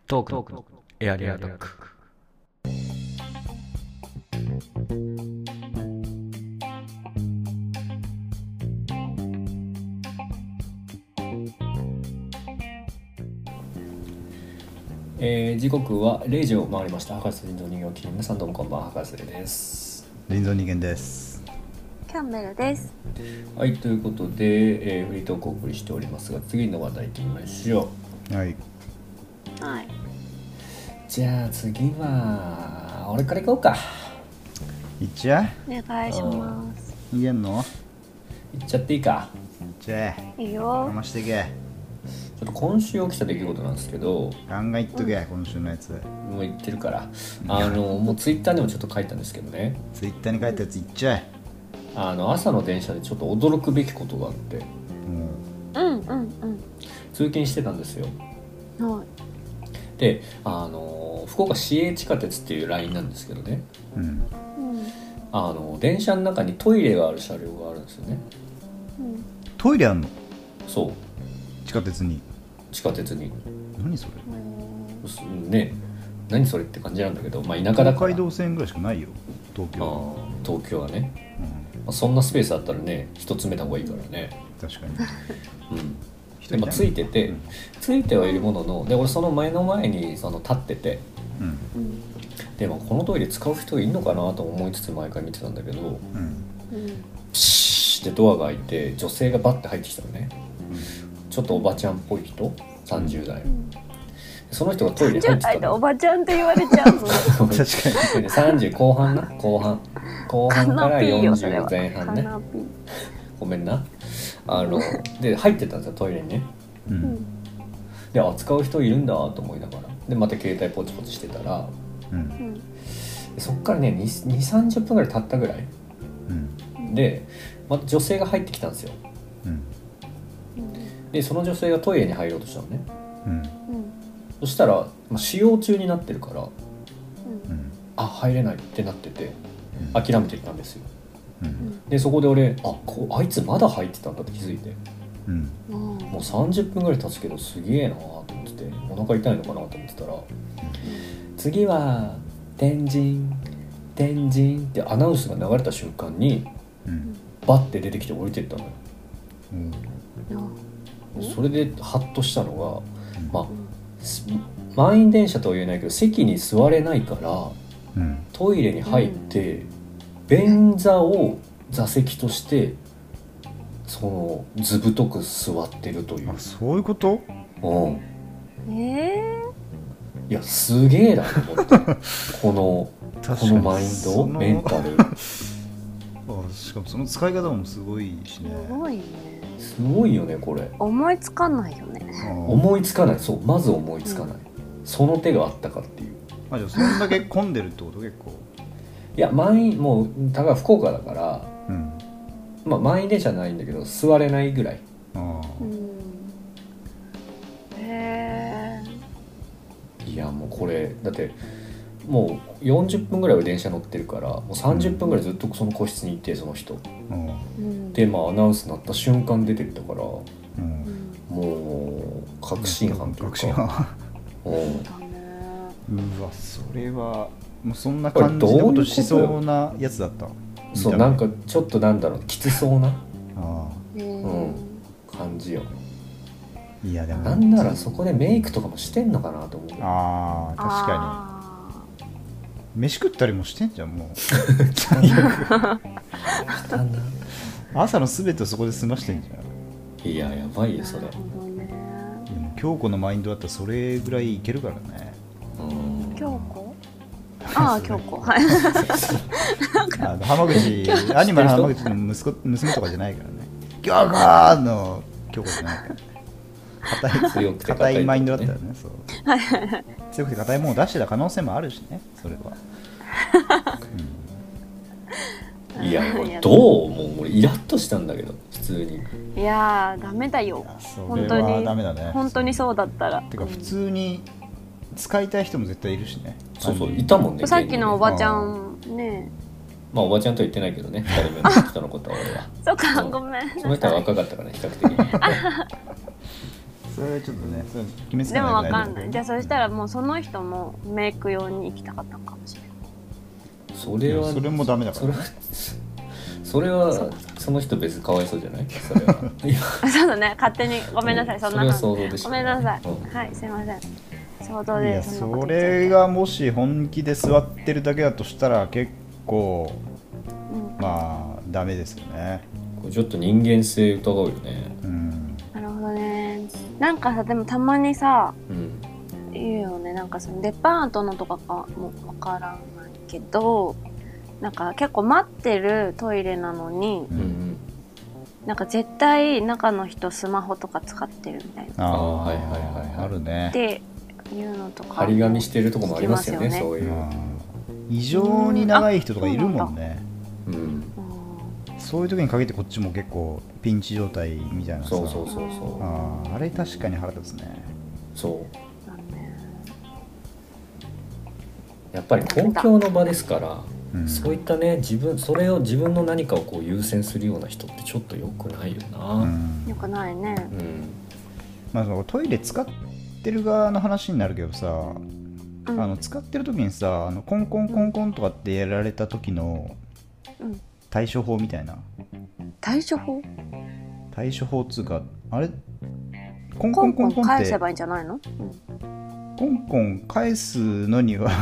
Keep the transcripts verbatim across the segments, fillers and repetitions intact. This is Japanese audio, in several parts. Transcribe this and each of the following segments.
トークのエアリアドッグ。えー、時刻はれいじを回りました。博士人造人形記念。皆さんどうもこんばんは、博士です。 人造人間です。 キャンベルです。 はい、ということで、えー、フリートークをお送りしておりますが、次の話題いってみましょう。はい。 はい。 じゃあ次は俺から行こうか。 いっちゃお願いします。 いけんの？ 行っちゃっていいか。 いっちゃえ。 いいよ。 かましてけ。 ちょっと今週起きた出来事なんですけど、 ガンガン言っとけ、うん、今週のやつ。 もう言ってるから、あのもうツイッターにもちょっと書いたんですけどね。 ツイッターに書いたやつ言っちゃえ。 あの朝の電車でちょっと驚くべきことがあって、 うんうんうん。 通勤してたんですよ。 はい。 で、あの福岡市営地下鉄っていうラインなんですけどね。 うん。 あの電車の中にトイレがある車両があるんですよね。 うん、 トイレあんの？ そう。 地下鉄に。 地下鉄に。 何それ？ね、何それって感じなんだけど、まあ田舎だから。 東海道線ぐらいしかないよ。東京。 あ東京はね。 うん、 まあ、そんなスペースあったらね、一つ目た方がいいからね。 確かに。 うん。でまあ、ついてて、うん、ついてはいるものの、で俺その前の前にその立ってて、 うん、 でもこのトイレ使う人いるのかなと思いつつ毎回見てたんだけど、うん、ピシーってドアが開いて女性がバッて入ってきたのね、うん、ちょっとおばちゃんっぽい人さんじゅう代、うん、その人がトイレに入ってたの。さんじゅう代でおばちゃんって言われちゃうの確かにさんじゅう後半な後半後半からよんじゅう前半ね。ごめんな。あので入ってたんですよトイレにね、うん、であ使う人いるんだと思いながらでまた携帯ポチポチしてたら、うん、そっからね にじゅうさんじゅっぷんぐらい経ったぐらい、うん、でまた女性が入ってきたんですよ、うん、でその女性がトイレに入ろうとしたのね、うん、そしたら、まあ、使用中になってるから、うん、あ入れないってなってて諦めていったんですよ、うん、でそこで俺 あ, こうあいつまだ入ってたんだって気づいて、うん、もうさんじゅっぷんぐらい経つけどすげえなと思っててお腹痛いのかなと思ってたら、うん、次は天神天神ってアナウンスが流れた瞬間に、うん、バッて出てきて降りてったのよ、うん、それでハッとしたのが、うん、まあ満員電車とは言えないけど席に座れないから、うん、トイレに入って、うん便座を座席としてそのずぶとく座ってるという。 あ、そういうこと？ うん。 えー、いやすげえなと思ってこのこのマインドメンタルあしかもその使い方もすごいしね。 すごいね。 すごいよねこれ。 思いつかないよね。 思いつかない。そうまず思いつかない、うん、その手があったかっていう。 あじゃあそんだけ混んでるってこと結構いや満員もうたか福岡だから、うんまあ、満員電車ないんだけど座れないぐらい。あ、うん、 へえ。いやもうこれだってもうよんじゅっぷんぐらいは電車乗ってるからもうさんじゅっぷんぐらいずっとその個室にいてその人、うん、でまあアナウンスになった瞬間出てったから、うん、もう確信犯というか、確信犯うん、うわそれはもうそんな感じのことしそうなやつだった。 そうなんかちょっとなんだろうきつそうなあ、うん、感じよ。 いやでもなんならそこでメイクとかもしてんのかなと思う。 あー確かに飯食ったりもしてんじゃんもう朝のすべてをそこで済ましてんじゃん。いややばいよそれ。でも京子のマインドだったらそれぐらいいけるからね。 うん京子ああ京子はいあの浜口アニマル浜口の息子娘とかじゃないからね。京子の京子じゃないから硬い硬いマインドだったらね。そう強くて硬いものを出してた可能性もあるしねそれは、 うん、いやこれどうもう俺イラッとしたんだけど普通に。 いやダメだよそれはダメだね本当にそうだったら。 てか普通に使いたい人も絶対いるしね。 そうそういたもんね。 さっきのおばちゃんね。 まあおばちゃんとは言ってないけどねふたりめの人のことは俺はそうかごめん。 その人は若かったからね比較的にそそれはちょっとね、それ決めつけでもわないぐらいかんない。じゃあそしたらもうその人もメイク用に行きたかったのかもしれない。 それはそれもダメだから、ね、 それはそれはその人別にかわいそうじゃない？それはそうだね、勝手にごめんなさい、そんなのそれは想像でしょ。 ごめんなさい、 うん、 はいすいません、想像でいやそんなことそ言っちゃってれがもし本気で座ってるだけだとしたら結構、うん、まあダメですよね。 これちょっと人間性疑うよね。 うん、 なるほどね。なんかさ、でもたまにさ、 うん、 言うよね、なんかそのデパートのとかかもわからないけど、なんか結構待ってるトイレなのに、うん、なんか絶対中の人スマホとか使ってるみたいな。 ああ、はいはいはい、あるね。 っていうのとか張り紙してるとこもありますよね、そういう。 異常に長い人とかいるもんね。 うん、 そういう時に限ってこっちも結構ピンチ状態みたいなさ。 そうそうそうそう。 ああ、あれ確かに腹立つね。 そう。やっぱり公共の場ですから。うん、そういったね、自分それを自分の何かをこう優先するような人ってちょっと良くないよな。うん、 良くないね。うん、 まあそのトイレ使ってる側の話になるけどさ、うん、あの使ってる時にさ、あのコンコンコンコンとかってやられた時の対処法みたいな。 対処法？ 対処法っつうか、あれコンコンコンコンって返せばいいんじゃないの？うん、 コンコン返すのには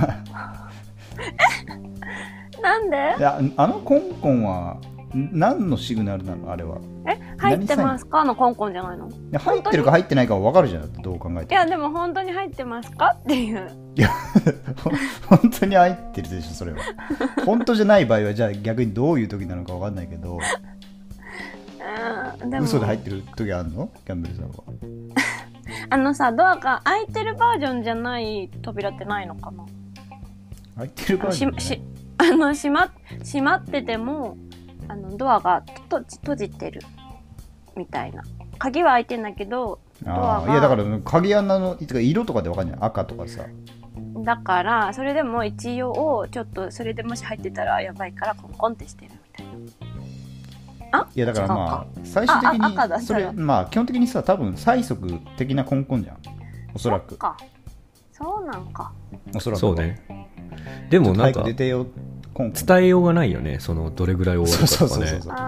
なんで？ いや、あのコンコンは何のシグナルなの？あれは。 え、入ってますかのコンコンじゃないの？いや、入ってるか入ってないかは分かるじゃん、どう考えても。 いや、でも本当に入ってますかっていう。 いや本当に入ってるでしょ、それは。本当じゃない場合はじゃあ逆にどういう時なのか分かんないけど、うん、でも嘘で入ってる時あるの？キャンベルさんは。 あのさ、ドアが開いてるバージョンじゃない扉ってないのかな？ 開いてるバージョン、ね、 しあの閉ま、閉まっててもあのドアがと閉じてるみたいな。鍵は開いてんだけどドアが。 いやだから鍵穴の色とかで分かんない。赤とかさ。 だからそれでも一応ちょっとそれでもし入ってたらやばいからコンコンってしてるみたいな。あ？ いやだからまあ最終的にそれまあ基本的にさ、多分催促的なコンコンじゃん。おそらく。 そっか。そうなんか。 おそらく。 そうね。でもなんか出てよコンコン伝えようがないよね、そのどれぐらい終わるかとかね。そうそうそうそう。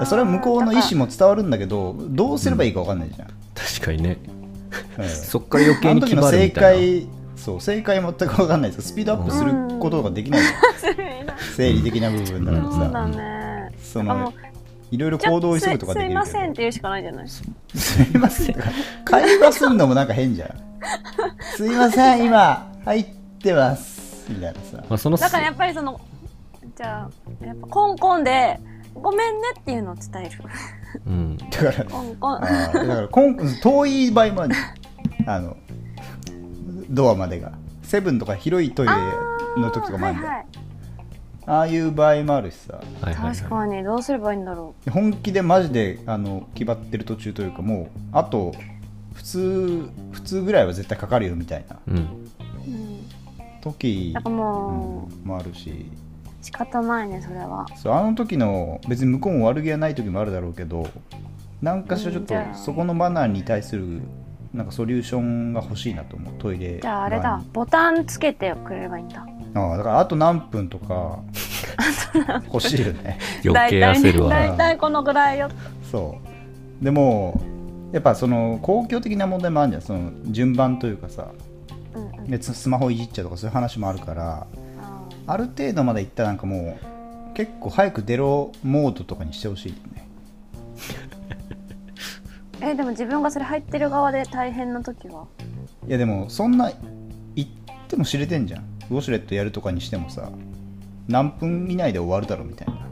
それは向こうの意思も伝わるんだけど、どうすればいいか分かんないじゃん。うん、 確かにね。そっから余計に決まるみたいな。 あの時の正解、そう正解全く分かんないです。スピードアップすることができない。生理的な部分だからさ。 そうだね。 そのいろいろ行動を急ぐとかできるけど。 すいませんって言うしかないじゃない。 すいません。会話すんのもなんか変じゃん。すいません、今入ってます。みたいなさ。 まあ、そのだからやっぱりそのじゃあやっぱコンコンでごめんねっていうのを伝える。 うん。 だからコンコン。あだからコン遠い場合もある。あのドアまでがセブンとか広いトイレの時とかもあるんだよ。はいはい、ああいう場合もあるしさ。 はいはいはい、確かにどうすればいいんだろう。本気でマジであの決まってる途中というか、もうあと普通普通ぐらいは絶対かかるよみたいな。うん。時も、うん、もあるし、 仕方ないね、それは。 そう、あの時の別に向こうも悪気はない時もあるだろうけど、なんかしらちょっとそこのマナーに対するなんかソリューションが欲しいなと思う。トイレじゃああれだ、ボタンつけてくれればいいんだ。 ああ、だからあと何分とか欲しいよね。 余計焦るわ。 だいたいこのぐらいよ。 そうでもやっぱその公共的な問題もあるじゃん。その順番というかさ、うんうん、でスマホいじっちゃうとかそういう話もあるから、ある程度までいったらなんかもう結構早く出ろモードとかにしてほしいよね。 えでも自分がそれ入ってる側で大変な時は。 いやでもそんな言っても知れてんじゃん。ウォシュレットやるとかにしてもさ、何分以内で終わるだろうみたいな。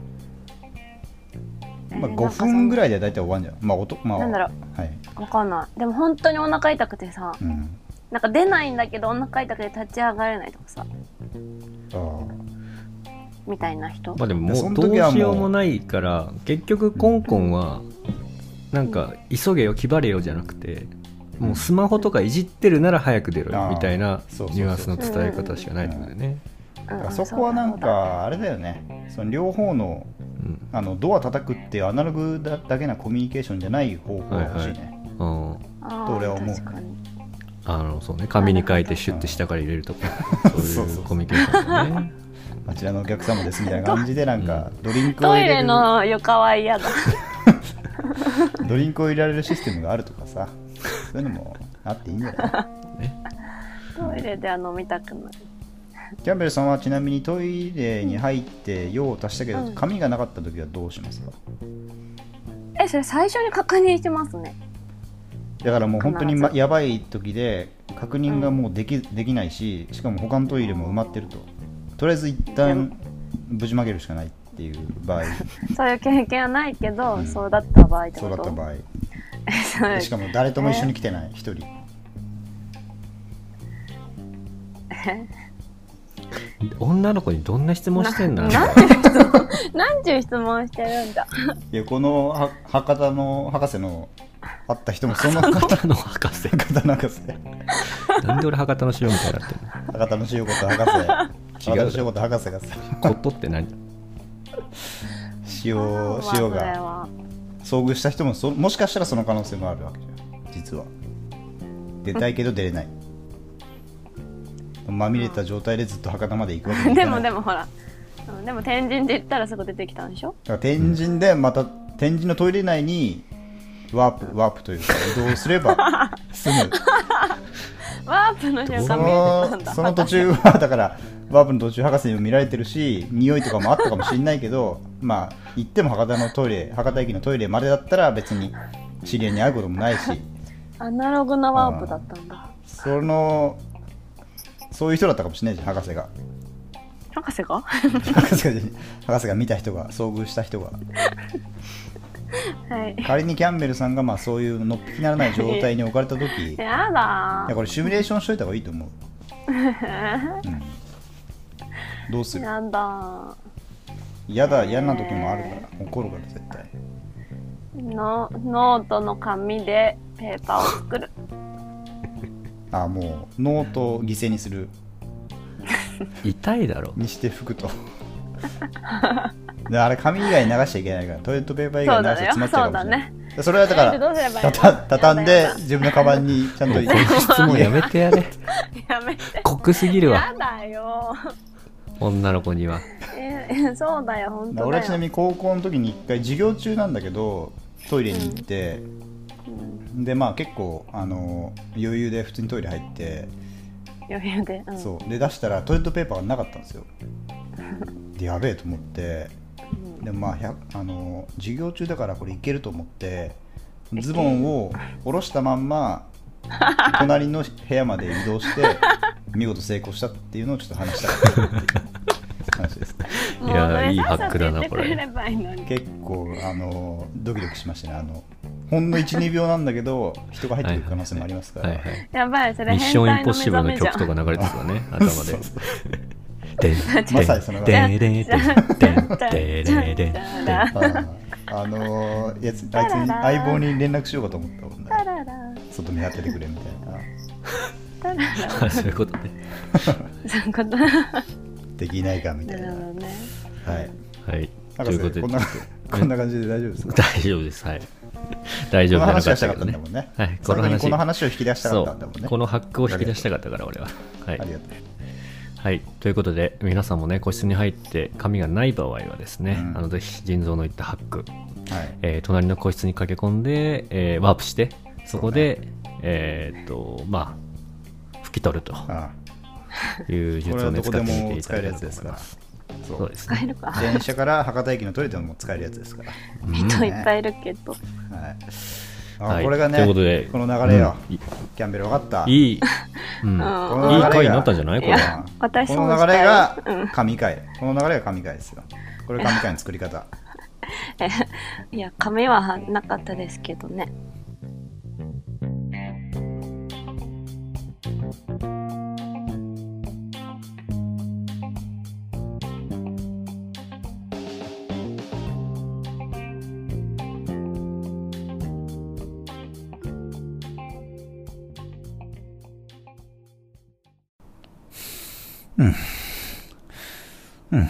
まあ、ごふんぐらいでだいたい終わるんじゃん。まあ音まあ、 なんだろう、はい、分かんない。でも本当にお腹痛くてさ、うん、なんか出ないんだけどお腹痛くて立ち上がれないとかさ、あみたいな人。 まあでももうどうしようもないから、結局コンコンはなんか急げよ気張れよじゃなくて、もうスマホとかいじってるなら早く出ろよみたいなニュアンスの伝え方しかないのでね。 そこはなんかあれだよね。その両方の、うん、あのドア叩くっていうアナログだけなコミュニケーションじゃない方法が欲しいね。はいはい、 うん、 と俺は思う。 あのそうね、紙に書いてシュッて下から入れるとか、そういうコミュニケーションだね。 あちらのお客様ですみたいな感じで、なんかドリンクを入れる、トイレの床は嫌だ。 ドリンクを入れられるシステムがあるとかさ、そういうのもあっていいんじゃない、ね、 トイレでは飲みたくない。 キャンベルさんはちなみにトイレに入って用を足したけど、うん、紙がなかった時はどうしますか？ え、それ最初に確認してますね。 だからもう本当に、ま、やばい時で確認がもうでき、うん、できないし、しかも他のトイレも埋まってると、とりあえず一旦ぶちまけるしかないっていう場合そういう経験はないけど、うん、そうだった場合ってこと？ そうだった場合しかも誰とも一緒に来てない一人。 女の子にどんな質問してんだろう。 何ていう質問してるんだ。 いや、このは博多の博士の会った人もその博多の博士博多の博士なんで俺博多の塩みたいになってるの？ 博多の塩子と博士違う、塩子と博士がさ、 ことって何？ 塩塩が遭遇した人もそもしかしたらその可能性もあるわけじゃん。実は出たいけど出れない、まみれた状態でずっと博多まで行くわけでもでもほら、でも天神で言ったらすぐ出てきたんでしょ。 だから天神でまた天神のトイレ内にワープワープというか移動すれば済む。 ワープの瞬間見えてたんだ。 その途中はだからワープの途中博士にも見られてるし、匂いとかもあったかもしれないけど、まあ行っても博多のトイレ、博多駅のトイレまでだったら別に知り合いに会うこともないし。 アナログなワープだったんだ。 そのそういう人だったかもしれないじゃん、博士が。 博士が博士が博士が見た人が、遭遇した人が。 はい、 仮にキャンベルさんがまあそういうのっぴきならない状態に置かれたとき、 やだー。 いやこれシミュレーションしといた方がいいと思う。うん、どうする？ やだー。やだ、嫌な時もあるから、怒るから絶対。 のノートの紙でペーパーを作る。 あ、もうノートを犠牲にする。 痛いだろにして拭くと。であれ紙以外に流しちゃいけないから、トイレットペーパー以外に流しちゃ詰まっちゃうかもしれない。 そ, それはだからたた畳んで自分のカバンにちゃんと。 質問やめてやれ。 やめて。 濃すぎるわ。 やだよ。 女の子には。 えそうだよ、本当だよ。 俺はちなみに高校の時に一回授業中なんだけどトイレに行って、うん、でまあ結構あの余裕で普通にトイレ入って余裕で、うん、 そうで出したらトイレットペーパーがなかったんですよ。でやべえと思って、うん、でもまああの授業中だからこれいけると思ってズボンを下ろしたまんま隣の部屋まで移動して見事成功したっていうのをちょっと話したかったっていう話です。 いやいいハックだなこれ。 結構あのドキドキしましたね。あのほんの いち,に 秒なんだから人が入ってくる可能性もありますから。 やばい、それミッションインポッシブルの曲とか流れてたね頭で。 まさにそのでんでんでんでんでんでん。 あのやつあいつに相棒に連絡しようかと思ったもんね。外見当ててくれみたいな。そういうことね。 そういうこと。 できないかみたいな。なるほどね。はい。はい。ということでこんなこんな感じで大丈夫ですか？ 大丈夫です。はい。大丈夫じゃなかったけどね。 はい。この話この話を引き出したかったんだもんね。 このハックを引き出したかったから俺は。はい。ありがとう。はい、ということで皆さんもね個室に入って紙がない場合はですね、うん、あのぜひ腎臓のいったハック、はいえー、隣の個室に駆け込んで、えー、ワープしてそこで、ねえー、っとまあ拭き取るという術を、ね、使ってみていただければと思います。 そうですね。電車から博多駅のトイレでも使えるやつですから。 人いっぱいいるけど。はいあはい、これがね、ということでこの流れよ、うん、キャンベル分かった。 いい、うん、このいい回になったんじゃないこれ。 私この流れが神回、この流れが神回ですよ。これ神回の作り方。 いや紙はなかったですけどね。 うんうん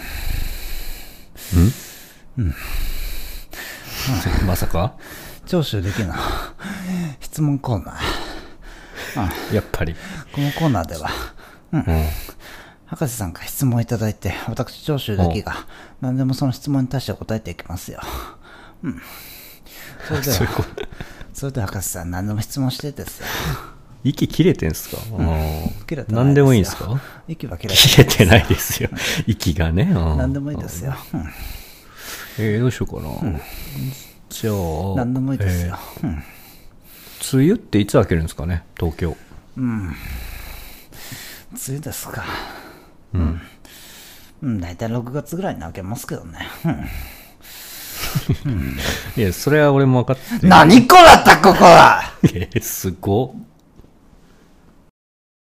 うんまさか聴取できな質質問コーナー。 うん、やっぱり。 このコーナーでは、うん。うん、博士さんから質問いただいて、私、長州だけが何でもその質問に対して答えていきますよ。うん。それでは、それでは博士さん何でも質問してですよ。 息切れてんすか？ うん、切れてないですよ。 何でもいいんですか？ 息は切れてない。 切れてないですよ。息がね。 何でもいいですよ。うん、 えー、どうしようかな。うん、じゃあ。 何でもいいですよ。えー、うん、 梅雨っていつ明けるんですかね、東京。 うん。梅雨ですか。うん。うん、大体ろくがつぐらいに明けますけどね。うん。 いや、それは俺も分かってる。 何こらったここはえー、すごっ。